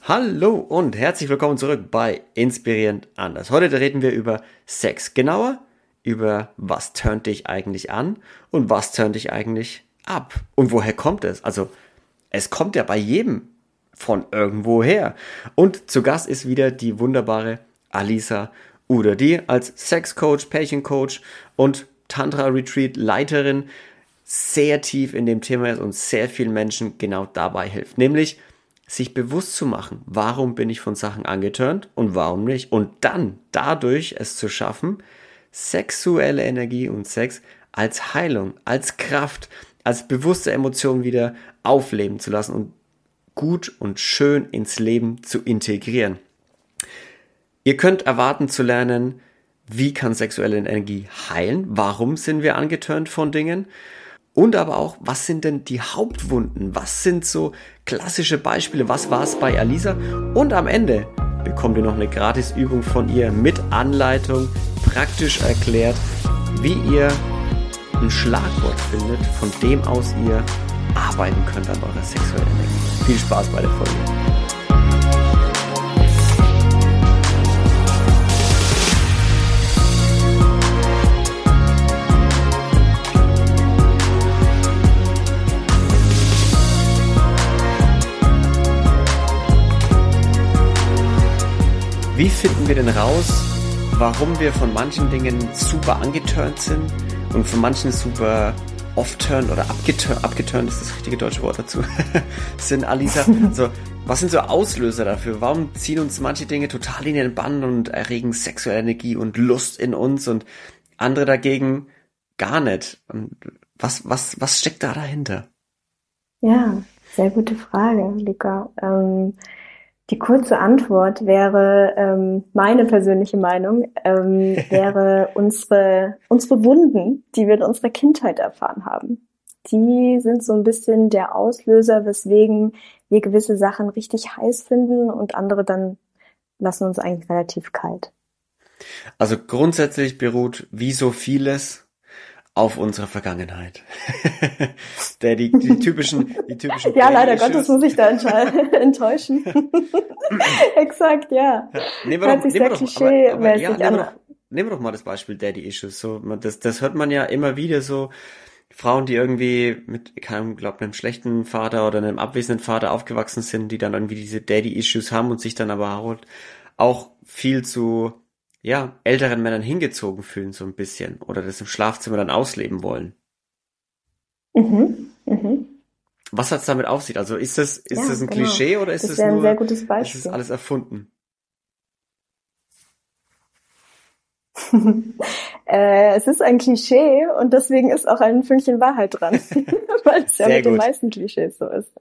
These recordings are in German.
Hallo und herzlich willkommen zurück bei Inspirierend anders. Heute reden wir über Sex. Genauer über was turnt dich eigentlich an und was turnt dich eigentlich ab. Und woher kommt es? Also es kommt ja bei jedem von irgendwoher. Und zu Gast ist wieder die wunderbare Alisa Uder, die als Sexcoach, Pärchencoach und Tantra-Retreat-Leiterin sehr tief in dem Thema ist und sehr vielen Menschen genau dabei hilft. Nämlich sich bewusst zu machen, warum bin ich von Sachen angetörnt und warum nicht. Und dann dadurch es zu schaffen, sexuelle Energie und Sex als Heilung, als Kraft, als bewusste Emotion wieder aufleben zu lassen und gut und schön ins Leben zu integrieren. Ihr könnt erwarten zu lernen, wie kann sexuelle Energie heilen, warum sind wir angetörnt von Dingen und aber auch, was sind denn die Hauptwunden, was sind so klassische Beispiele, was war es bei Alisa und am Ende bekommt ihr noch eine Gratisübung von ihr mit Anleitung, praktisch erklärt, wie ihr ein Schlagwort findet, von dem aus ihr arbeiten könnt an eurer sexuellen Energie. Viel Spaß bei der Folge. Wie finden wir denn raus, warum wir von manchen Dingen super angeturnt sind und von manchen super off-turnt oder abgeturnt ist das richtige deutsche Wort dazu, sind, Alisa? So, was sind so Auslöser dafür? Warum ziehen uns manche Dinge total in den Bann und erregen sexuelle Energie und Lust in uns und andere dagegen gar nicht? Und was steckt da dahinter? Ja, sehr gute Frage, Luca. Die kurze Antwort wäre, meine persönliche Meinung, wäre unsere Wunden, die wir in unserer Kindheit erfahren haben. Die sind so ein bisschen der Auslöser, weswegen wir gewisse Sachen richtig heiß finden und andere dann lassen uns eigentlich relativ kalt. Also grundsätzlich beruht wie so vieles auf unserer Vergangenheit. Die typischen Ja, leider Daddy-Issues. Gottes muss ich da enttäuschen. Exakt, ja. Hört sich sehr klischee-mäßig an. Nehmen wir doch mal das Beispiel Daddy Issues. So, das hört man ja immer wieder so. Frauen, die irgendwie mit, einem schlechten Vater oder einem abwesenden Vater aufgewachsen sind, die dann irgendwie diese Daddy Issues haben und sich dann aber auch viel zu älteren Männern hingezogen fühlen, so ein bisschen. Oder das im Schlafzimmer dann ausleben wollen. Mhm, mhm. Was hat's damit auf sich? Also ist das Ja, ein genau. Klischee oder ist Das es wäre ein sehr nur, gutes ist es Beispiel. alles erfunden? Es ist ein Klischee und deswegen ist auch ein Fünkchen Wahrheit dran, weil es ja Sehr mit den gut. meisten Klischees so ist.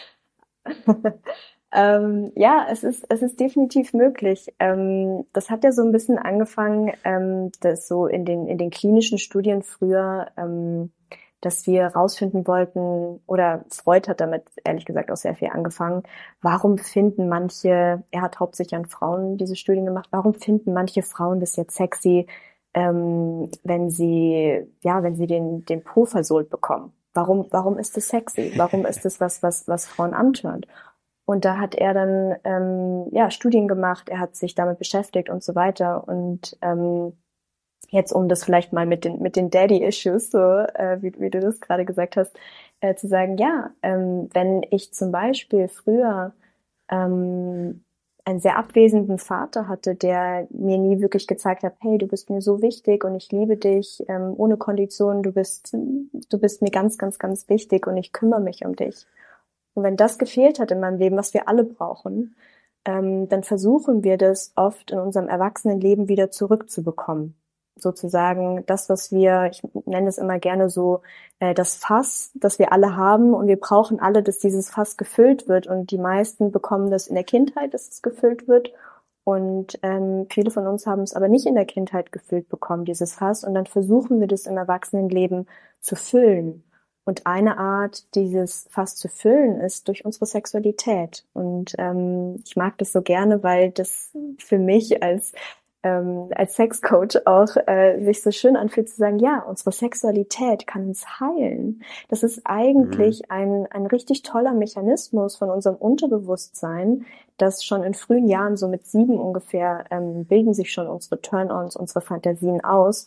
Ja, es ist definitiv möglich. Das hat ja so ein bisschen angefangen, dass so in den klinischen Studien früher, dass wir rausfinden wollten, oder Freud hat damit ehrlich gesagt auch sehr viel angefangen, warum finden manche, er hat hauptsächlich an Frauen diese Studien gemacht, warum finden manche Frauen das jetzt sexy, wenn sie den Po versohlt bekommen? Warum ist das sexy? Warum ist das was Frauen antörnt? Und da hat er dann Studien gemacht, er hat sich damit beschäftigt und so weiter. Und jetzt, um das vielleicht mal mit den Daddy-Issues, so wie du das gerade gesagt hast, zu sagen, ja, wenn ich zum Beispiel früher einen sehr abwesenden Vater hatte, der mir nie wirklich gezeigt hat, hey, du bist mir so wichtig und ich liebe dich, ohne Kondition, du bist mir ganz, ganz, ganz wichtig und ich kümmere mich um dich. Und wenn das gefehlt hat in meinem Leben, was wir alle brauchen, dann versuchen wir das oft in unserem Erwachsenenleben wieder zurückzubekommen. Sozusagen das, was ich nenne es immer gerne so, das Fass, das wir alle haben, und wir brauchen alle, dass dieses Fass gefüllt wird, und die meisten bekommen das in der Kindheit, dass es gefüllt wird, und viele von uns haben es aber nicht in der Kindheit gefüllt bekommen, dieses Fass, und dann versuchen wir das im Erwachsenenleben zu füllen. Und eine Art, dieses Fass zu füllen, ist durch unsere Sexualität. Und ich mag das so gerne, weil das für mich als als Sexcoach auch sich so schön anfühlt zu sagen, ja, unsere Sexualität kann uns heilen. Das ist eigentlich ein richtig toller Mechanismus von unserem Unterbewusstsein, das schon in frühen Jahren, so mit 7 ungefähr, bilden sich schon unsere Turn-ons, unsere Fantasien aus.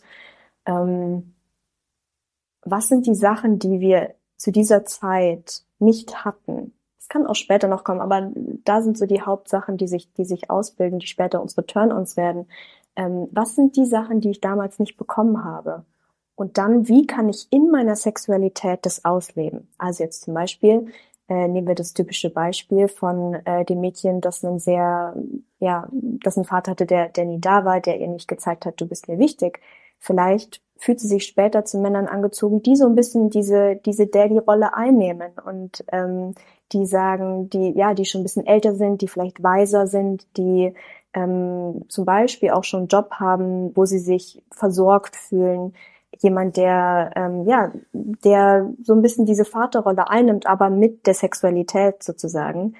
Was sind die Sachen, die wir zu dieser Zeit nicht hatten? Es kann auch später noch kommen, aber da sind so die Hauptsachen, die sich ausbilden, die später unsere Turn-ons werden. Was sind die Sachen, die ich damals nicht bekommen habe? Und dann, wie kann ich in meiner Sexualität das ausleben? Also jetzt zum Beispiel, nehmen wir das typische Beispiel von dem Mädchen, das das einen Vater hatte, der nie da war, der ihr nicht gezeigt hat, du bist mir wichtig. Vielleicht fühlt sie sich später zu Männern angezogen, die so ein bisschen diese Daddy-Rolle einnehmen und die sagen, die schon ein bisschen älter sind, die vielleicht weiser sind, die zum Beispiel auch schon einen Job haben, wo sie sich versorgt fühlen. Jemand, der so ein bisschen diese Vaterrolle einnimmt, aber mit der Sexualität sozusagen.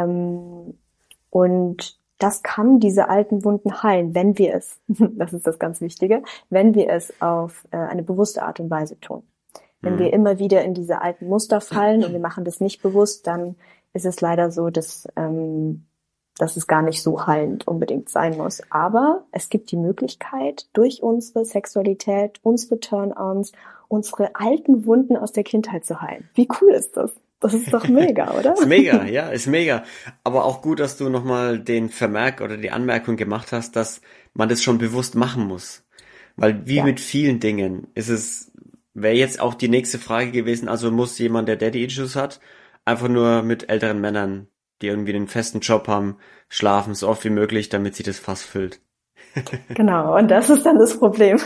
Und das kann diese alten Wunden heilen, wenn wir es, das ist das ganz Wichtige, wenn wir es auf eine bewusste Art und Weise tun. Wenn wir immer wieder in diese alten Muster fallen und wir machen das nicht bewusst, dann ist es leider so, dass es gar nicht so heilend unbedingt sein muss. Aber es gibt die Möglichkeit, durch unsere Sexualität, unsere Turn-ons, unsere alten Wunden aus der Kindheit zu heilen. Wie cool ist das? Das ist doch mega, oder? Ist mega, ja, ist mega. Aber auch gut, dass du nochmal den Vermerk oder die Anmerkung gemacht hast, dass man das schon bewusst machen muss. Weil wie mit vielen Dingen wäre jetzt auch die nächste Frage gewesen, also muss jemand, der Daddy-Issues hat, einfach nur mit älteren Männern, die irgendwie einen festen Job haben, schlafen so oft wie möglich, damit sich das Fass füllt. Genau, und das ist dann das Problem.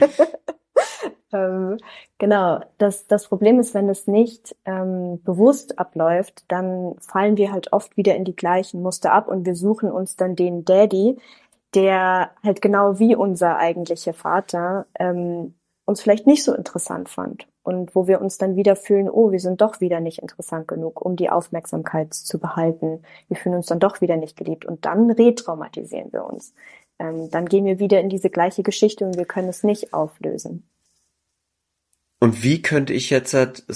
Genau, das Problem ist, wenn es nicht bewusst abläuft, dann fallen wir halt oft wieder in die gleichen Muster ab und wir suchen uns dann den Daddy, der halt genau wie unser eigentlicher Vater uns vielleicht nicht so interessant fand und wo wir uns dann wieder fühlen, oh, wir sind doch wieder nicht interessant genug, um die Aufmerksamkeit zu behalten. Wir fühlen uns dann doch wieder nicht geliebt und dann retraumatisieren wir uns. Dann gehen wir wieder in diese gleiche Geschichte und wir können es nicht auflösen. Und wie könnte ich jetzt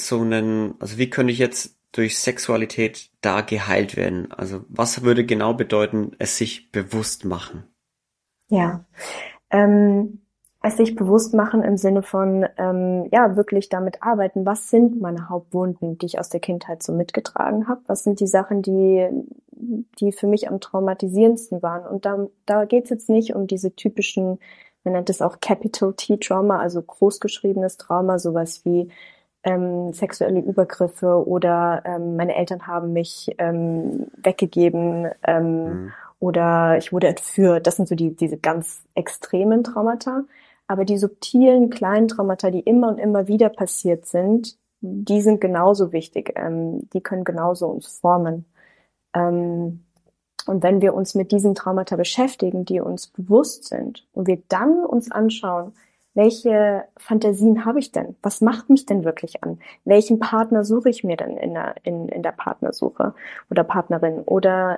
durch Sexualität da geheilt werden? Also was würde genau bedeuten, es sich bewusst machen? Ja, es sich bewusst machen im Sinne von, wirklich damit arbeiten. Was sind meine Hauptwunden, die ich aus der Kindheit so mitgetragen habe? Was sind die Sachen, die für mich am traumatisierendsten waren? Und da geht es jetzt nicht um diese typischen, man nennt es auch Capital T-Trauma, also großgeschriebenes Trauma, sowas wie sexuelle Übergriffe oder meine Eltern haben mich weggegeben oder ich wurde entführt. Das sind so diese ganz extremen Traumata. Aber die subtilen, kleinen Traumata, die immer und immer wieder passiert sind, die sind genauso wichtig. Die können genauso uns formen. Und wenn wir uns mit diesen Traumata beschäftigen, die uns bewusst sind und wir dann uns anschauen, welche Fantasien habe ich denn? Was macht mich denn wirklich an? Welchen Partner suche ich mir denn in der Partnersuche oder Partnerin? Oder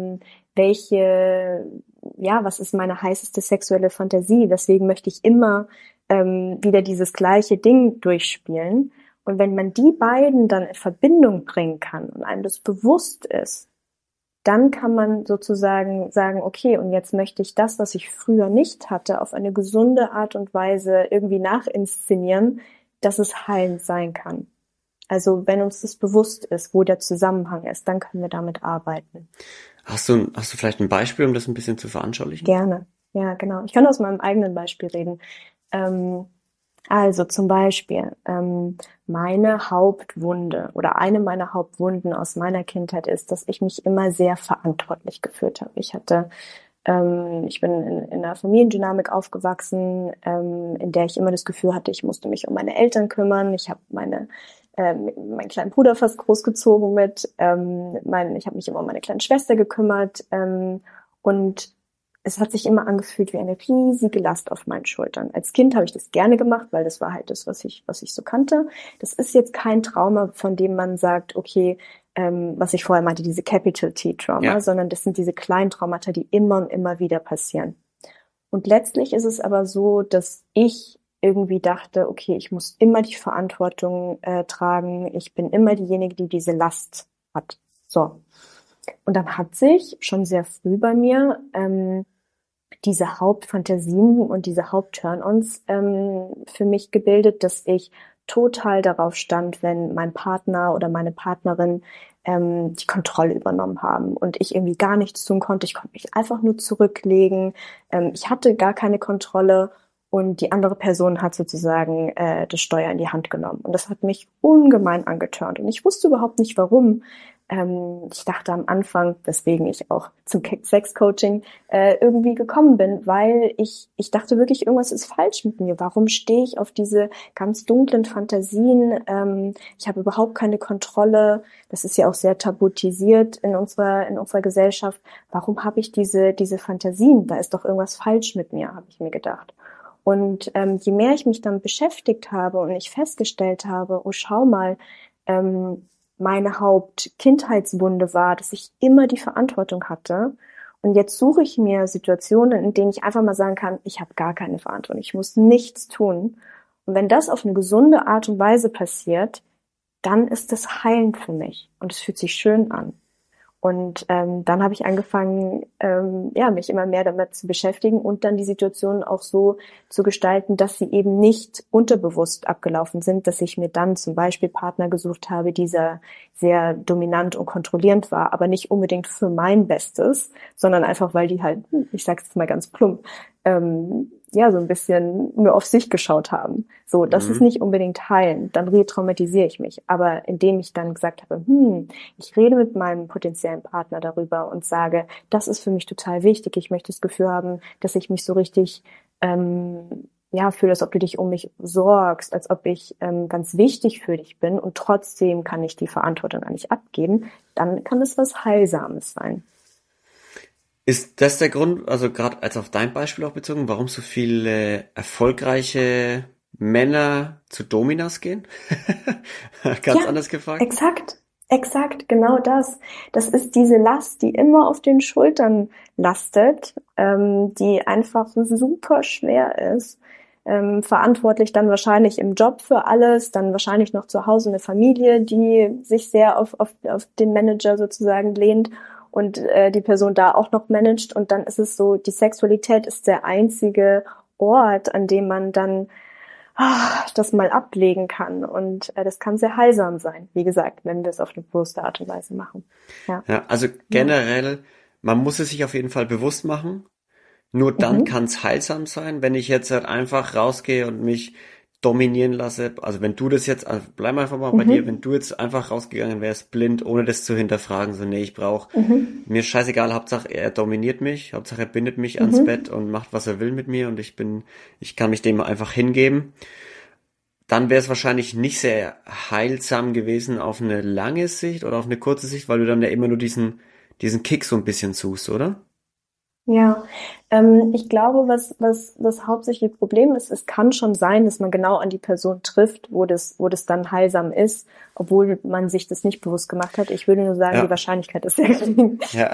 was ist meine heißeste sexuelle Fantasie? Deswegen möchte ich immer wieder dieses gleiche Ding durchspielen. Und wenn man die beiden dann in Verbindung bringen kann und einem das bewusst ist, dann kann man sozusagen sagen, okay, und jetzt möchte ich das, was ich früher nicht hatte, auf eine gesunde Art und Weise irgendwie nachinszenieren, dass es heilend sein kann. Also wenn uns das bewusst ist, wo der Zusammenhang ist, dann können wir damit arbeiten. Hast du vielleicht ein Beispiel, um das ein bisschen zu veranschaulichen? Gerne, ja, genau. Ich kann aus meinem eigenen Beispiel reden. Also zum Beispiel meine Hauptwunde oder eine meiner Hauptwunden aus meiner Kindheit ist, dass ich mich immer sehr verantwortlich gefühlt habe. Ich bin in einer Familiendynamik aufgewachsen, in der ich immer das Gefühl hatte, ich musste mich um meine Eltern kümmern. Ich habe meinen kleinen Bruder fast großgezogen mit. Ich habe mich immer um meine kleine Schwester gekümmert und es hat sich immer angefühlt wie eine riesige Last auf meinen Schultern. Als Kind habe ich das gerne gemacht, weil das war halt das, was ich so kannte. Das ist jetzt kein Trauma, von dem man sagt, okay, was ich vorher meinte, diese Capital T-Trauma, sondern das sind diese kleinen Traumata, die immer und immer wieder passieren. Und letztlich ist es aber so, dass ich irgendwie dachte, okay, ich muss immer die Verantwortung tragen, ich bin immer diejenige, die diese Last hat. So. Und dann hat sich schon sehr früh bei mir diese Hauptfantasien und diese Hauptturn-ons für mich gebildet, dass ich total darauf stand, wenn mein Partner oder meine Partnerin die Kontrolle übernommen haben und ich irgendwie gar nichts tun konnte. Ich konnte mich einfach nur zurücklegen. Ich hatte gar keine Kontrolle und die andere Person hat sozusagen das Steuer in die Hand genommen. Und das hat mich ungemein angetörnt. Und ich wusste überhaupt nicht, warum. Ich dachte am Anfang, weswegen ich auch zum Sex-Coaching irgendwie gekommen bin, weil ich dachte wirklich, irgendwas ist falsch mit mir. Warum stehe ich auf diese ganz dunklen Fantasien? Ich habe überhaupt keine Kontrolle. Das ist ja auch sehr tabutisiert in unserer Gesellschaft. Warum habe ich diese Fantasien? Da ist doch irgendwas falsch mit mir, habe ich mir gedacht. Und je mehr ich mich dann beschäftigt habe und ich festgestellt habe, oh, schau mal, meine Hauptkindheitswunde war, dass ich immer die Verantwortung hatte. Und jetzt suche ich mir Situationen, in denen ich einfach mal sagen kann, ich habe gar keine Verantwortung, ich muss nichts tun. Und wenn das auf eine gesunde Art und Weise passiert, dann ist das heilend für mich und es fühlt sich schön an. Und dann habe ich angefangen, mich immer mehr damit zu beschäftigen und dann die Situation auch so zu gestalten, dass sie eben nicht unterbewusst abgelaufen sind, dass ich mir dann zum Beispiel Partner gesucht habe, dieser sehr dominant und kontrollierend war, aber nicht unbedingt für mein Bestes, sondern einfach, weil die halt, ich sage es mal ganz plump, so ein bisschen nur auf sich geschaut haben. So, das ist nicht unbedingt heilen, dann retraumatisiere ich mich. Aber indem ich dann gesagt habe, ich rede mit meinem potenziellen Partner darüber und sage, das ist für mich total wichtig, ich möchte das Gefühl haben, dass ich mich so richtig fühle, als ob du dich um mich sorgst, als ob ich ganz wichtig für dich bin und trotzdem kann ich die Verantwortung an dich abgeben, dann kann es was Heilsames sein. Ist das der Grund, also gerade als auf dein Beispiel auch bezogen, warum so viele erfolgreiche Männer zu Dominas gehen? Ja, Ganz anders gefragt. exakt, genau das. Das ist diese Last, die immer auf den Schultern lastet, die einfach super schwer ist. Verantwortlich dann wahrscheinlich im Job für alles, dann wahrscheinlich noch zu Hause eine Familie, die sich sehr auf den Manager sozusagen lehnt und die Person da auch noch managt. Und dann ist es so, die Sexualität ist der einzige Ort, an dem man dann das mal ablegen kann. Und das kann sehr heilsam sein, wie gesagt, wenn wir es auf eine bewusste Art und Weise machen. Ja, Ja, also generell, man muss es sich auf jeden Fall bewusst machen. Nur dann kann es heilsam sein, wenn ich jetzt halt einfach rausgehe und mich dominieren lasse. Also wenn du das jetzt, also bleib einfach mal bei dir, wenn du jetzt einfach rausgegangen wärst, blind, ohne das zu hinterfragen, so nee, mir ist scheißegal, Hauptsache er dominiert mich, Hauptsache er bindet mich ans Bett und macht, was er will mit mir und ich kann mich dem einfach hingeben, dann wäre es wahrscheinlich nicht sehr heilsam gewesen auf eine lange Sicht oder auf eine kurze Sicht, weil du dann ja immer nur diesen Kick so ein bisschen suchst, oder? Ja, ich glaube, was das hauptsächliche Problem ist, es kann schon sein, dass man genau an die Person trifft, wo das dann heilsam ist, obwohl man sich das nicht bewusst gemacht hat. Ich würde nur sagen, die Ja, Wahrscheinlichkeit ist sehr gering. ja,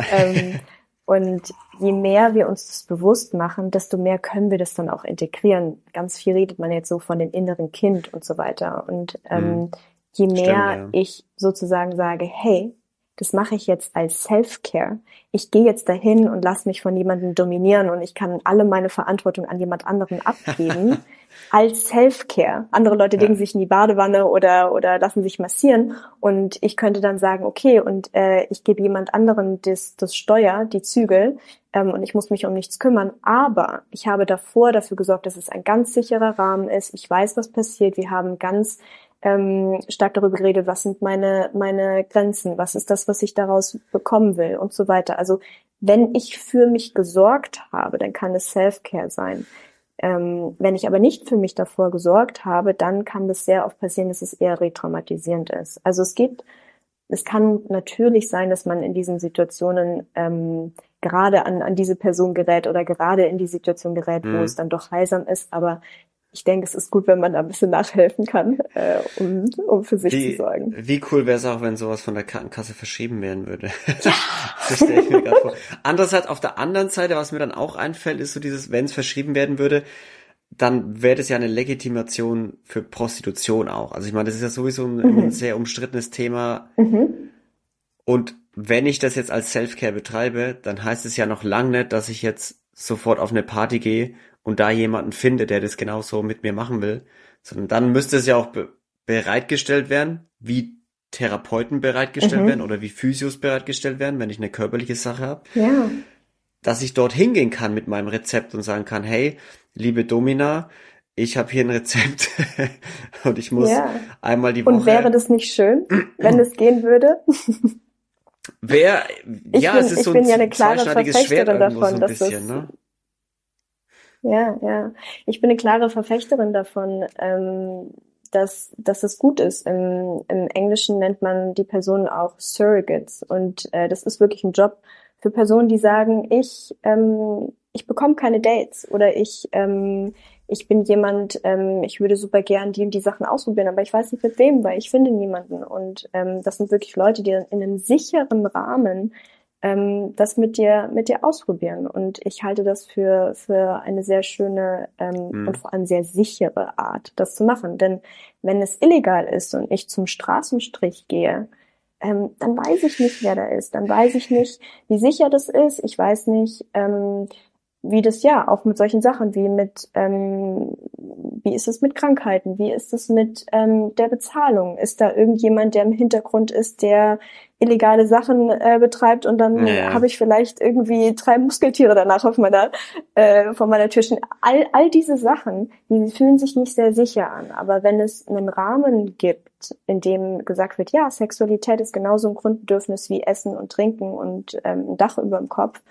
Und je mehr wir uns das bewusst machen, desto mehr können wir das dann auch integrieren. Ganz viel redet man jetzt so von dem inneren Kind und so weiter. Und je stimmt, mehr ja. ich sozusagen sage, hey, das mache ich jetzt als Self-Care. Ich gehe jetzt dahin und lasse mich von jemandem dominieren und ich kann alle meine Verantwortung an jemand anderen abgeben. Als Self-Care. Andere Leute legen Ja, sich in die Badewanne oder lassen sich massieren und ich könnte dann sagen, okay, und ich gebe jemand anderen das Steuer, die Zügel und ich muss mich um nichts kümmern, aber ich habe davor dafür gesorgt, dass es ein ganz sicherer Rahmen ist. Ich weiß, was passiert. Wir haben ganz stark darüber geredet, was sind meine Grenzen, was ist das, was ich daraus bekommen will und so weiter. Also wenn ich für mich gesorgt habe, dann kann es Self-Care sein. Wenn ich aber nicht für mich davor gesorgt habe, dann kann das sehr oft passieren, dass es eher retraumatisierend ist. Also es kann natürlich sein, dass man in diesen Situationen gerade an diese Person gerät oder gerade in die Situation gerät, wo es mhm. dann doch heilsam ist, aber ich denke, es ist gut, wenn man da ein bisschen nachhelfen kann, um für sich zu sorgen. Wie cool wäre es auch, wenn sowas von der Krankenkasse verschrieben werden würde. Ja. Das stelle ich mir gerade vor. Andererseits, auf der anderen Seite, was mir dann auch einfällt, ist so dieses, wenn es verschrieben werden würde, dann wäre das ja eine Legitimation für Prostitution auch. Also ich meine, das ist ja sowieso ein sehr umstrittenes Thema. Und wenn ich das jetzt als Self-Care betreibe, dann heißt es ja noch lang nicht, dass ich jetzt sofort auf eine Party gehe und da jemanden finde, der das genauso mit mir machen will, sondern dann müsste es ja auch bereitgestellt werden, wie Therapeuten bereitgestellt werden oder wie Physios bereitgestellt werden, wenn ich eine körperliche Sache habe. Ja. Dass ich dort hingehen kann mit meinem Rezept und sagen kann, hey, liebe Domina, ich habe hier ein Rezept und ich muss einmal die Woche... Und wäre das nicht schön, wenn es gehen würde? Es ist so ein eine klare zweischneidiges Schwert irgendwo davon, so ein bisschen, ne? Ja. Ich bin eine klare Verfechterin davon, dass es gut ist. Im Englischen nennt man die Personen auch Surrogates. Und das ist wirklich ein Job für Personen, die sagen, ich bekomme keine Dates oder ich bin jemand, ich würde super gern die und die Sachen ausprobieren, aber ich weiß nicht mit wem, weil ich finde niemanden. Und das sind wirklich Leute, die in einem sicheren Rahmen das mit dir ausprobieren. Und ich halte das für eine sehr schöne und vor allem sehr sichere Art, das zu machen. Denn wenn es illegal ist und ich zum Straßenstrich gehe, dann weiß ich nicht, wer da ist. Dann weiß ich nicht, wie sicher das ist. Ich weiß nicht, wie das auch mit solchen Sachen wie ist es mit Krankheiten? Wie ist es mit der Bezahlung? Ist da irgendjemand, der im Hintergrund ist, der illegale Sachen betreibt und dann habe ich vielleicht irgendwie 3 Muskeltiere danach auf meiner vor meiner Tür stehen. All diese Sachen, die fühlen sich nicht sehr sicher an. Aber wenn es einen Rahmen gibt, in dem gesagt wird, ja, Sexualität ist genauso ein Grundbedürfnis wie Essen und Trinken und ein Dach über dem Kopf,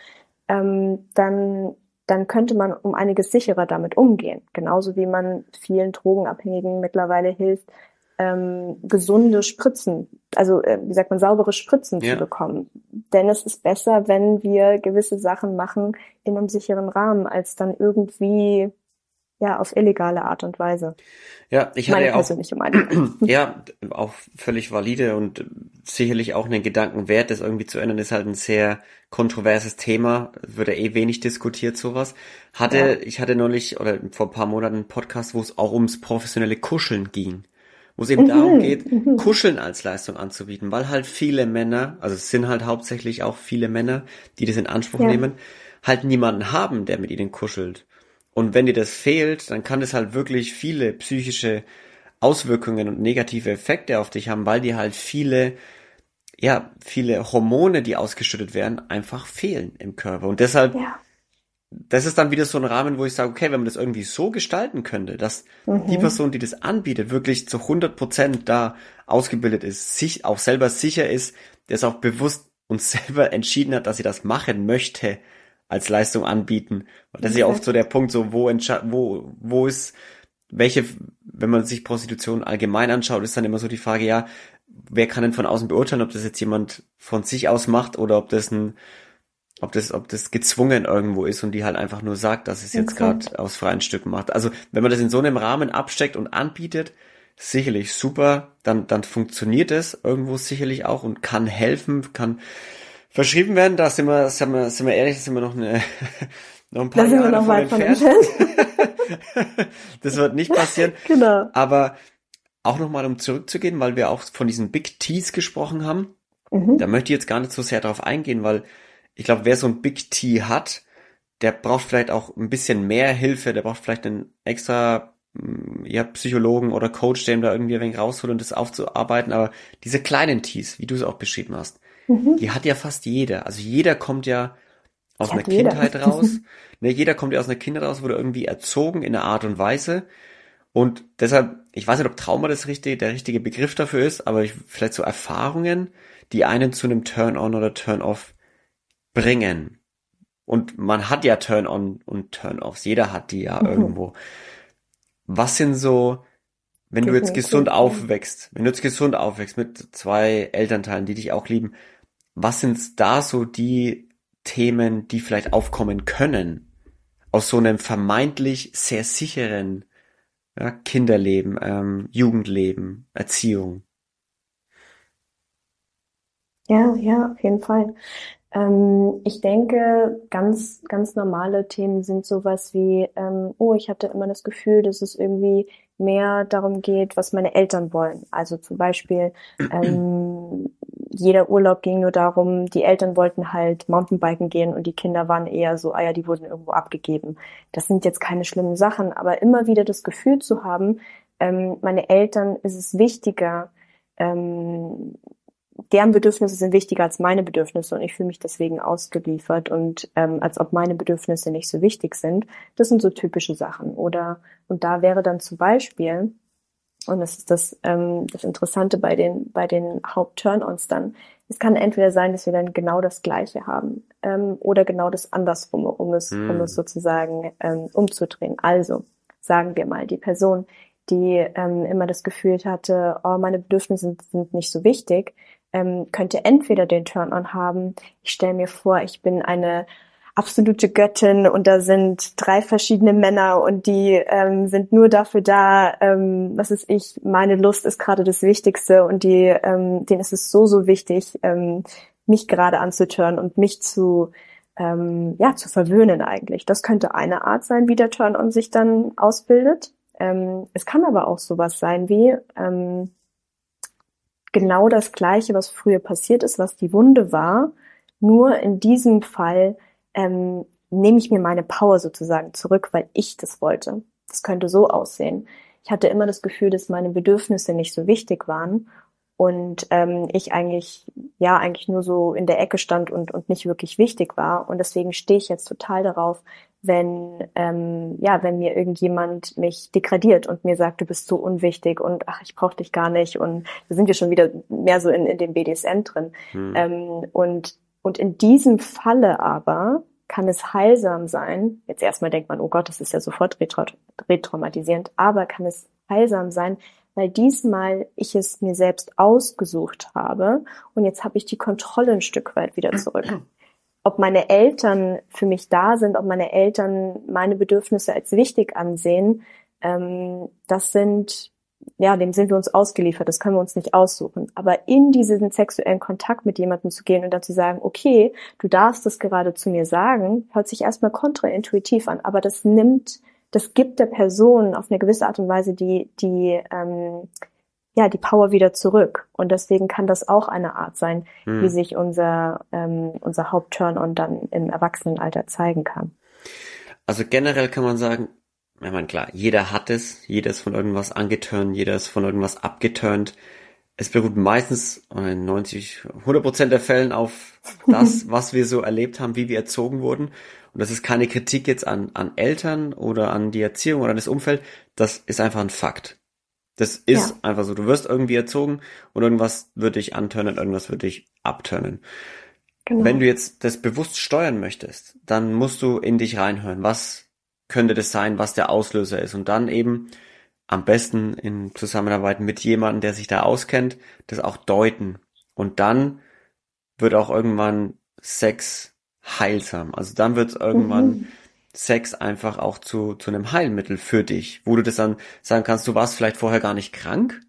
dann könnte man um einiges sicherer damit umgehen. Genauso wie man vielen Drogenabhängigen mittlerweile hilft, gesunde Spritzen, also saubere Spritzen zu bekommen. Denn es ist besser, wenn wir gewisse Sachen machen in einem sicheren Rahmen, als dann irgendwie auf illegale Art und Weise. Ja, ich hatte meine persönliche Meinung. Ja, auch völlig valide und sicherlich auch einen Gedanken wert, das irgendwie zu ändern, ist halt ein sehr kontroverses Thema, wird ja wenig diskutiert, sowas. Ich hatte neulich oder vor ein paar Monaten einen Podcast, wo es auch ums professionelle Kuscheln ging. Wo es eben darum geht, Kuscheln als Leistung anzubieten, weil halt viele Männer, also es sind halt hauptsächlich auch viele Männer, die das in Anspruch nehmen, halt niemanden haben, der mit ihnen kuschelt. Und wenn dir das fehlt, dann kann das halt wirklich viele psychische Auswirkungen und negative Effekte auf dich haben, weil dir halt viele Hormone, die ausgeschüttet werden, einfach fehlen im Körper. Und deshalb, das ist dann wieder so ein Rahmen, wo ich sage, okay, wenn man das irgendwie so gestalten könnte, dass die Person, die das anbietet, wirklich zu 100% da ausgebildet ist, sich auch selber sicher ist, der es auch bewusst und selber entschieden hat, dass sie das machen möchte, als Leistung anbieten. Und das ist ja oft so der Punkt, so wo ist, wenn man sich Prostitution allgemein anschaut, ist dann immer so die Frage, wer kann denn von außen beurteilen, ob das jetzt jemand von sich aus macht oder ob das gezwungen irgendwo ist und die halt einfach nur sagt, dass es jetzt gerade aus freien Stücken macht. Also wenn man das in so einem Rahmen absteckt und anbietet, sicherlich super, dann funktioniert es irgendwo sicherlich auch und kann helfen, kann verschrieben werden. Da sind wir ehrlich, da sind wir noch ein paar Jahre davon entfernt. Das wird nicht passieren. Genau. Aber auch nochmal, um zurückzugehen, weil wir auch von diesen Big Ts gesprochen haben, da möchte ich jetzt gar nicht so sehr darauf eingehen, weil ich glaube, wer so ein Big T hat, der braucht vielleicht auch ein bisschen mehr Hilfe, der braucht vielleicht einen extra Psychologen oder Coach, der ihm da irgendwie ein wenig rausholt und das aufzuarbeiten. Aber diese kleinen Ts, wie du es auch beschrieben hast, die hat ja fast jeder. Also jeder kommt ja aus einer Kindheit raus. Ne, jeder kommt ja aus einer Kindheit raus, wurde irgendwie erzogen in einer Art und Weise. Und deshalb, ich weiß nicht, ob Trauma der richtige Begriff dafür ist, aber vielleicht so Erfahrungen, die einen zu einem Turn-on oder Turn-off bringen. Und man hat ja Turn-on und Turn-offs. Jeder hat die ja irgendwo. Was sind so, wenn du jetzt gesund aufwächst mit 2 Elternteilen, die dich auch lieben, was sind da so die Themen, die vielleicht aufkommen können aus so einem vermeintlich sehr sicheren Ja, Kinderleben, Jugendleben, Erziehung. Ja, ja, auf jeden Fall. Ich denke, ganz normale Themen sind sowas wie, oh, ich hatte immer das Gefühl, dass es irgendwie mehr darum geht, was meine Eltern wollen. Also zum Beispiel, jeder Urlaub ging nur darum, die Eltern wollten halt Mountainbiken gehen und die Kinder waren eher so, ah ja, die wurden irgendwo abgegeben. Das sind jetzt keine schlimmen Sachen, aber immer wieder das Gefühl zu haben, meine Eltern ist es wichtiger, ähm, deren Bedürfnisse sind wichtiger als meine Bedürfnisse und ich fühle mich deswegen ausgeliefert und als ob meine Bedürfnisse nicht so wichtig sind. Das sind so typische Sachen. Oder und da wäre dann zum Beispiel, und das ist das Interessante bei den Haupt-Turn-ons dann, es kann entweder sein, dass wir dann genau das Gleiche haben oder genau das Andersrum, um es Hm. sozusagen umzudrehen. Also sagen wir mal, die Person, die immer das Gefühl hatte, oh, meine Bedürfnisse sind nicht so wichtig, könnte entweder den Turn-on haben, ich stelle mir vor, ich bin eine absolute Göttin und da sind 3 verschiedene Männer und die sind nur dafür da, was ist ich, meine Lust ist gerade das Wichtigste und denen ist es so wichtig, mich gerade anzuturnen und mich zu verwöhnen eigentlich. Das könnte eine Art sein, wie der Turn-on sich dann ausbildet. Es kann aber auch sowas sein wie, genau das Gleiche, was früher passiert ist, was die Wunde war. Nur in diesem Fall nehme ich mir meine Power sozusagen zurück, weil ich das wollte. Das könnte so aussehen. Ich hatte immer das Gefühl, dass meine Bedürfnisse nicht so wichtig waren und ich eigentlich nur so in der Ecke stand und nicht wirklich wichtig war. Und deswegen stehe ich jetzt total darauf, wenn mir irgendjemand mich degradiert und mir sagt, du bist so unwichtig und ach, ich brauche dich gar nicht und da sind wir schon wieder mehr so in dem BDSM drin. Hm. Und in diesem Falle aber kann es heilsam sein, jetzt erstmal denkt man, oh Gott, das ist ja sofort retraumatisierend, aber kann es heilsam sein, weil diesmal ich es mir selbst ausgesucht habe und jetzt habe ich die Kontrolle ein Stück weit wieder zurück. Ob meine Eltern für mich da sind, ob meine Eltern meine Bedürfnisse als wichtig ansehen, das sind, ja, dem sind wir uns ausgeliefert, das können wir uns nicht aussuchen. Aber in diesen sexuellen Kontakt mit jemandem zu gehen und dann zu sagen, okay, du darfst das gerade zu mir sagen, hört sich erstmal kontraintuitiv an, aber das gibt der Person auf eine gewisse Art und Weise die Power wieder zurück. Und deswegen kann das auch eine Art sein, wie Hm. sich unser Haupt-Turn-on dann im Erwachsenenalter zeigen kann. Also generell kann man sagen, ich meine, klar, jeder hat es, jeder ist von irgendwas angeturnt, jeder ist von irgendwas abgeturnt. Es beruht meistens in 100% der Fällen auf das, was wir so erlebt haben, wie wir erzogen wurden. Und das ist keine Kritik jetzt an Eltern oder an die Erziehung oder an das Umfeld. Das ist einfach ein Fakt. Das Ja, ist einfach so. Du wirst irgendwie erzogen und irgendwas wird dich anturnen, irgendwas wird dich abturnen. Wenn du genau. jetzt das bewusst steuern möchtest, dann musst du in dich reinhören. Was könnte das sein, was der Auslöser ist? Und dann eben am besten in Zusammenarbeit mit jemandem, der sich da auskennt, das auch deuten. Und dann wird auch irgendwann Sex heilsam. Also dann wird irgendwann Mhm. Sex einfach auch zu einem Heilmittel für dich, wo du das dann sagen kannst, du warst vielleicht vorher gar nicht krank,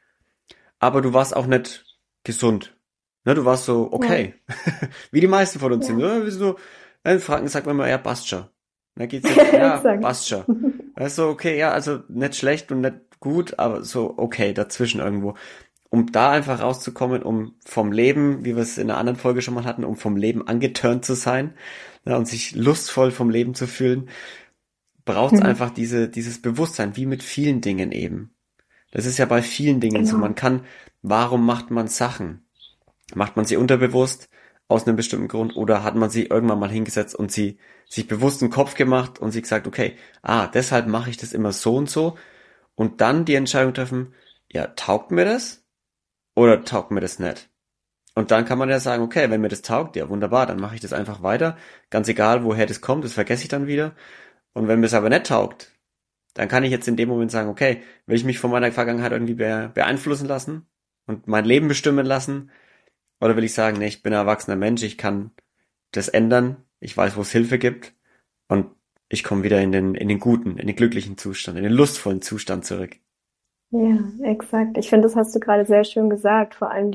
aber du warst auch nicht gesund. Ne, du warst so, Ja, okay. Wie die meisten von uns sind. ja. Ne? Wir sind so, in Franken sagt man immer, ja, passt schon. Da geht's jetzt, ja, Exakt. passt schon. Also, okay, ja, also nicht schlecht und nicht gut, aber so, okay, dazwischen irgendwo. Um da einfach rauszukommen, um vom Leben, wie wir es in einer anderen Folge schon mal hatten, um vom Leben angeturnt zu sein, ja, und sich lustvoll vom Leben zu fühlen, braucht es einfach dieses Bewusstsein, wie mit vielen Dingen eben. Das ist ja bei vielen Dingen so. Man Genau. kann, warum macht man Sachen? Macht man sie unterbewusst aus einem bestimmten Grund oder hat man sie irgendwann mal hingesetzt und sie sich bewusst einen Kopf gemacht und sie gesagt, okay, deshalb mache ich das immer so und dann die Entscheidung treffen, ja, taugt mir das oder taugt mir das nicht? Und dann kann man ja sagen, okay, wenn mir das taugt, ja wunderbar, dann mache ich das einfach weiter, ganz egal, woher das kommt, das vergesse ich dann wieder. Und wenn mir es aber nicht taugt, dann kann ich jetzt in dem Moment sagen, okay, will ich mich von meiner Vergangenheit irgendwie beeinflussen lassen und mein Leben bestimmen lassen? Oder will ich sagen, nee, ich bin ein erwachsener Mensch, ich kann das ändern, ich weiß, wo es Hilfe gibt und ich komme wieder in den guten, in den glücklichen Zustand, in den lustvollen Zustand zurück. Ja, exakt. Ich finde, das hast du gerade sehr schön gesagt. Vor allem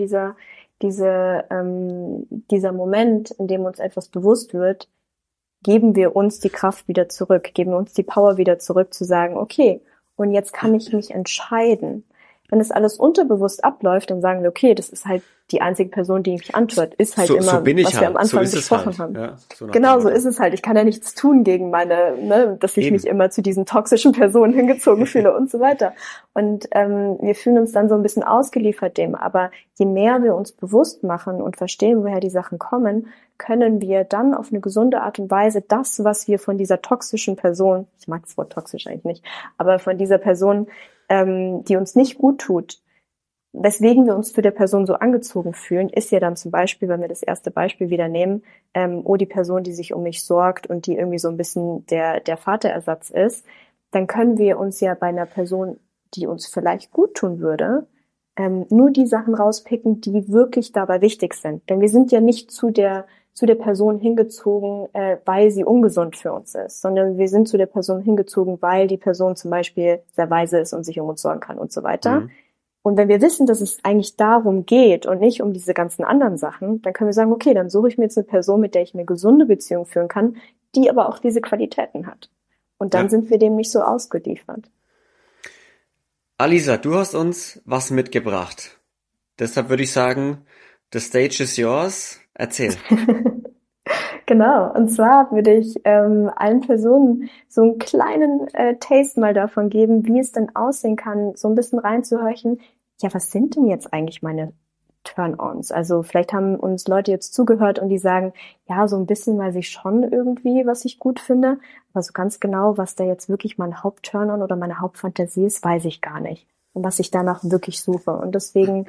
dieser Moment, in dem uns etwas bewusst wird, geben wir uns die Kraft wieder zurück, geben wir uns die Power wieder zurück, zu sagen, okay, und jetzt kann ich mich entscheiden. Wenn das alles unterbewusst abläuft, dann sagen wir, okay, das ist halt die einzige Person, die mich antwortet, ist halt So immer, bin ich was wir am halt, so Anfang ist es besprochen halt. haben. Ja, so nach dem Genau, so Motto. ist es halt. Ich kann ja nichts tun gegen meine, ne, dass ich mich Eben. immer zu diesen toxischen Personen hingezogen fühle und so weiter. Und wir fühlen uns dann so ein bisschen ausgeliefert dem. Aber je mehr wir uns bewusst machen und verstehen, woher die Sachen kommen, können wir dann auf eine gesunde Art und Weise das, was wir von dieser toxischen Person, ich mag das Wort toxisch eigentlich nicht, aber von dieser Person, die uns nicht gut tut, weswegen wir uns zu der Person so angezogen fühlen, ist ja dann zum Beispiel, wenn wir das erste Beispiel wieder nehmen, oh, die Person, die sich um mich sorgt und die irgendwie so ein bisschen der Vaterersatz ist, dann können wir uns ja bei einer Person, die uns vielleicht gut tun würde, nur die Sachen rauspicken, die wirklich dabei wichtig sind. Denn wir sind ja nicht zu der Person hingezogen, weil sie ungesund für uns ist, sondern wir sind zu der Person hingezogen, weil die Person zum Beispiel sehr weise ist und sich um uns sorgen kann und so weiter. Mhm. Und wenn wir wissen, dass es eigentlich darum geht und nicht um diese ganzen anderen Sachen, dann können wir sagen, okay, dann suche ich mir jetzt eine Person, mit der ich eine gesunde Beziehung führen kann, die aber auch diese Qualitäten hat. Und dann Ja. sind wir dem nicht so ausgeliefert. Alisa, du hast uns was mitgebracht. Deshalb würde ich sagen, the stage is yours. Erzähl. Genau, und zwar würde ich allen Personen so einen kleinen Taste mal davon geben, wie es denn aussehen kann, so ein bisschen reinzuhorchen, ja, was sind denn jetzt eigentlich meine Turn-ons? Also vielleicht haben uns Leute jetzt zugehört und die sagen, ja, so ein bisschen weiß ich schon irgendwie, was ich gut finde, aber so ganz genau, was da jetzt wirklich mein Haupt-Turn-on oder meine Hauptfantasie ist, weiß ich gar nicht. Und was ich danach wirklich suche. Und deswegen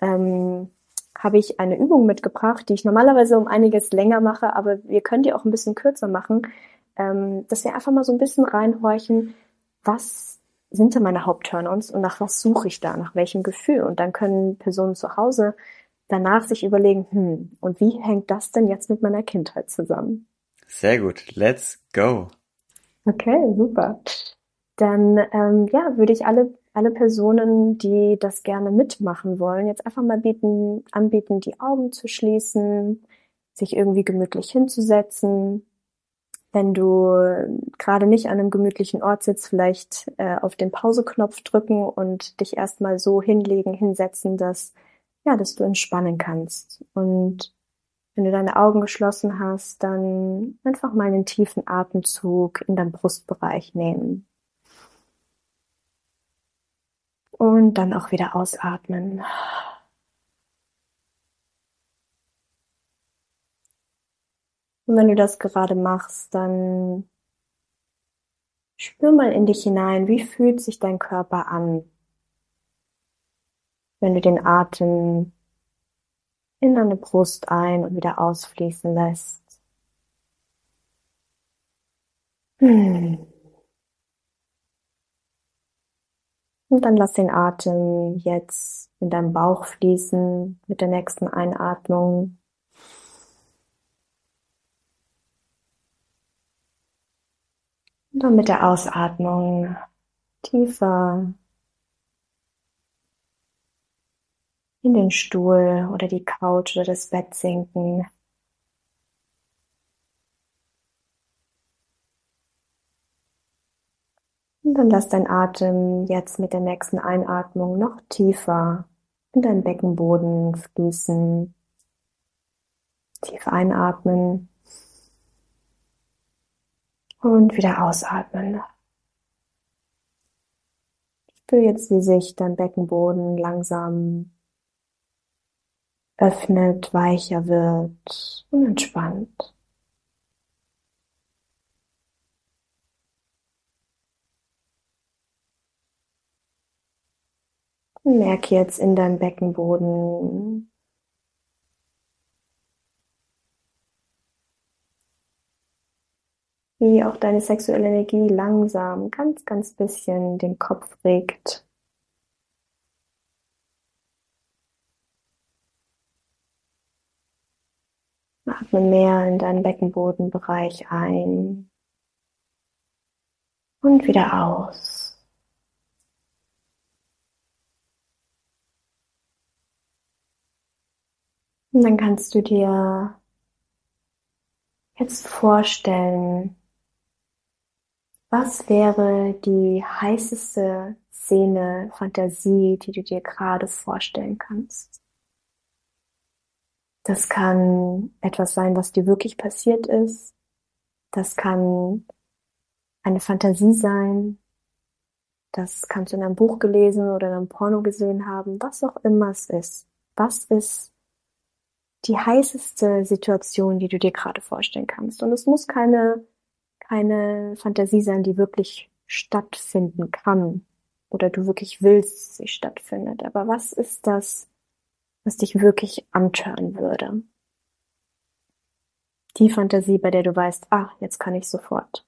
habe ich eine Übung mitgebracht, die ich normalerweise um einiges länger mache, aber wir können die auch ein bisschen kürzer machen, dass wir einfach mal so ein bisschen reinhorchen, was sind denn meine Haupt-Turn-ons und nach was suche ich da, nach welchem Gefühl? Und dann können Personen zu Hause danach sich überlegen, und wie hängt das denn jetzt mit meiner Kindheit zusammen? Sehr gut. Let's go. Okay, super. Dann ja, würde ich alle Personen, die das gerne mitmachen wollen, jetzt einfach mal anbieten, die Augen zu schließen, sich irgendwie gemütlich hinzusetzen. Wenn du gerade nicht an einem gemütlichen Ort sitzt, vielleicht auf den Pause-Knopf drücken und dich erstmal so hinlegen, hinsetzen, dass du entspannen kannst. Und wenn du deine Augen geschlossen hast, dann einfach mal einen tiefen Atemzug in deinen Brustbereich nehmen. Und dann auch wieder ausatmen. Und wenn du das gerade machst, dann spür mal in dich hinein, wie fühlt sich dein Körper an, wenn du den Atem in deine Brust ein- und wieder ausfließen lässt. Und dann lass den Atem jetzt in deinem Bauch fließen mit der nächsten Einatmung. Und dann mit der Ausatmung tiefer in den Stuhl oder die Couch oder das Bett sinken. Und dann lass dein Atem jetzt mit der nächsten Einatmung noch tiefer in deinen Beckenboden fließen. Tief einatmen und wieder ausatmen. Spür jetzt, wie sich dein Beckenboden langsam öffnet, weicher wird und entspannt. Und merke jetzt in deinem Beckenboden, wie auch deine sexuelle Energie langsam ganz, ganz bisschen den Kopf regt. Atme mehr in deinen Beckenbodenbereich ein und wieder aus. Und dann kannst du dir jetzt vorstellen, was wäre die heißeste Szene, Fantasie, die du dir gerade vorstellen kannst? Das kann etwas sein, was dir wirklich passiert ist. Das kann eine Fantasie sein. Das kannst du in einem Buch gelesen oder in einem Porno gesehen haben. Was auch immer es ist. Was ist die heißeste Situation, die du dir gerade vorstellen kannst? Und es muss keine Fantasie sein, die wirklich stattfinden kann oder du wirklich willst, dass sie stattfindet. Aber was ist das, was dich wirklich antören würde? Die Fantasie, bei der du weißt, jetzt kann ich sofort.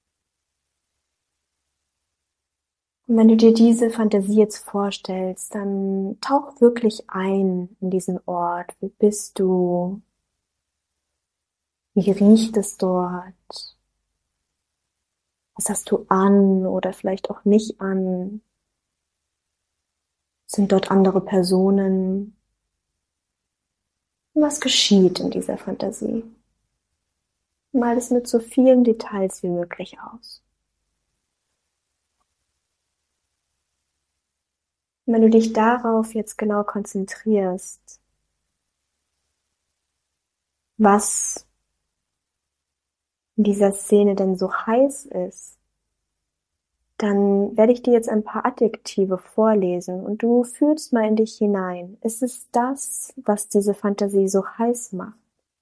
Und wenn du dir diese Fantasie jetzt vorstellst, dann tauch wirklich ein in diesen Ort. Wo bist du? Wie riecht es dort? Was hast du an oder vielleicht auch nicht an? Sind dort andere Personen? Und was geschieht in dieser Fantasie? Mal es mit so vielen Details wie möglich aus. Und wenn du dich darauf jetzt genau konzentrierst, was in dieser Szene denn so heiß ist, dann werde ich dir jetzt ein paar Adjektive vorlesen und du fühlst mal in dich hinein. Ist es das, was diese Fantasie so heiß macht?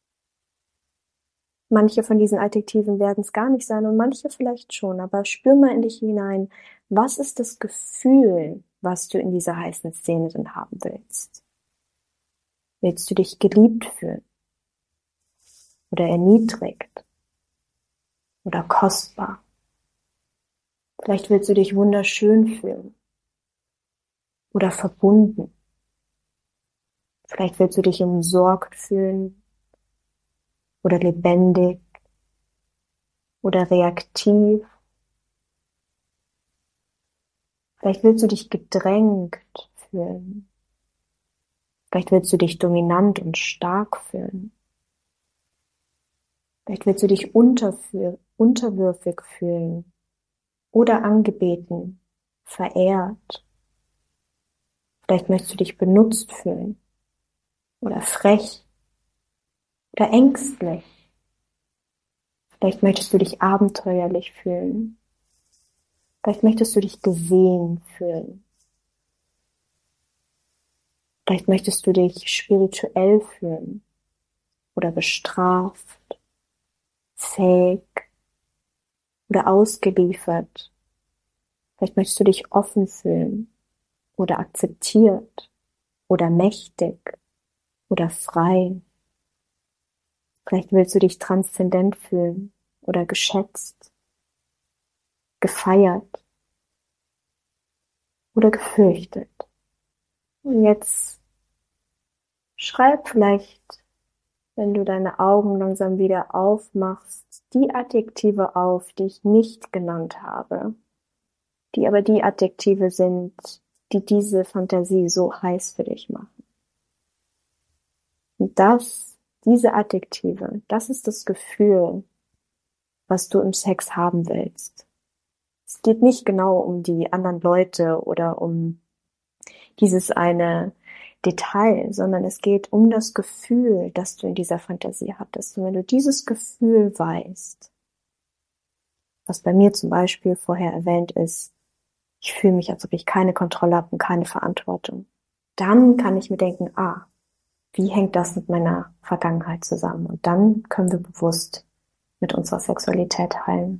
Manche von diesen Adjektiven werden es gar nicht sein und manche vielleicht schon, aber spür mal in dich hinein. Was ist das Gefühl, was du in dieser heißen Szene denn haben willst? Willst du dich geliebt fühlen? Oder erniedrigt? Oder kostbar? Vielleicht willst du dich wunderschön fühlen. Oder verbunden. Vielleicht willst du dich umsorgt fühlen. Oder lebendig. Oder reaktiv. Vielleicht willst du dich gedrängt fühlen. Vielleicht willst du dich dominant und stark fühlen. Vielleicht willst du dich unterwürfig fühlen oder angebeten, verehrt. Vielleicht möchtest du dich benutzt fühlen oder frech oder ängstlich. Vielleicht möchtest du dich abenteuerlich fühlen. Vielleicht möchtest du dich gesehen fühlen. Vielleicht möchtest du dich spirituell fühlen oder bestraft, fähig oder ausgeliefert. Vielleicht möchtest du dich offen fühlen oder akzeptiert oder mächtig oder frei. Vielleicht willst du dich transzendent fühlen oder geschätzt, gefeiert oder gefürchtet. Und jetzt schreib vielleicht, wenn du deine Augen langsam wieder aufmachst, die Adjektive auf, die ich nicht genannt habe, die aber die Adjektive sind, die diese Fantasie so heiß für dich machen. Und diese Adjektive, das ist das Gefühl, was du im Sex haben willst. Es geht nicht genau um die anderen Leute oder um dieses eine Detail, sondern es geht um das Gefühl, das du in dieser Fantasie hattest. Und wenn du dieses Gefühl weißt, was bei mir zum Beispiel vorher erwähnt ist, ich fühle mich, als ob ich keine Kontrolle habe und keine Verantwortung, dann kann ich mir denken, wie hängt das mit meiner Vergangenheit zusammen? Und dann können wir bewusst mit unserer Sexualität heilen.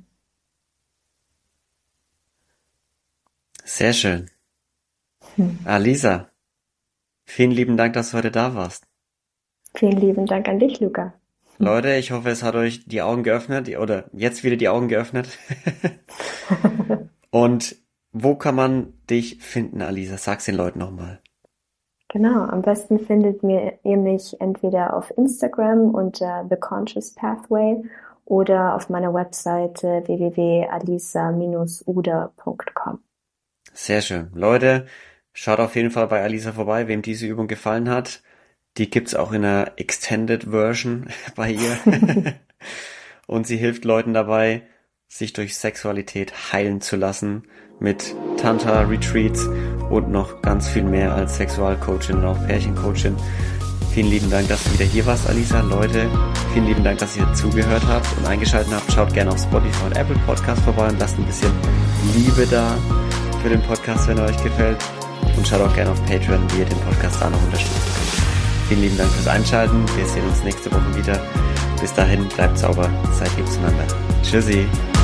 Sehr schön. Alisa, vielen lieben Dank, dass du heute da warst. Vielen lieben Dank an dich, Luca. Leute, ich hoffe, es hat euch die Augen geöffnet oder jetzt wieder die Augen geöffnet. Und wo kann man dich finden, Alisa? Sag's den Leuten nochmal. Genau, am besten findet ihr mich entweder auf Instagram unter The Conscious Pathway oder auf meiner Webseite www.alisa-uder.com. Sehr schön. Leute, schaut auf jeden Fall bei Alisa vorbei, wem diese Übung gefallen hat. Die gibt's auch in einer Extended Version bei ihr. Und sie hilft Leuten dabei, sich durch Sexualität heilen zu lassen mit Tantra-Retreats und noch ganz viel mehr als Sexualcoachin und auch Pärchencoachin. Vielen lieben Dank, dass du wieder hier warst, Alisa. Leute, vielen lieben Dank, dass ihr zugehört habt und eingeschaltet habt. Schaut gerne auf Spotify und Apple Podcast vorbei und lasst ein bisschen Liebe da für den Podcast, wenn er euch gefällt. Und schaut auch gerne auf Patreon, wie ihr den Podcast da noch unterstützen könnt. Vielen lieben Dank fürs Einschalten. Wir sehen uns nächste Woche wieder. Bis dahin, bleibt sauber, seid lieb zueinander. Tschüssi.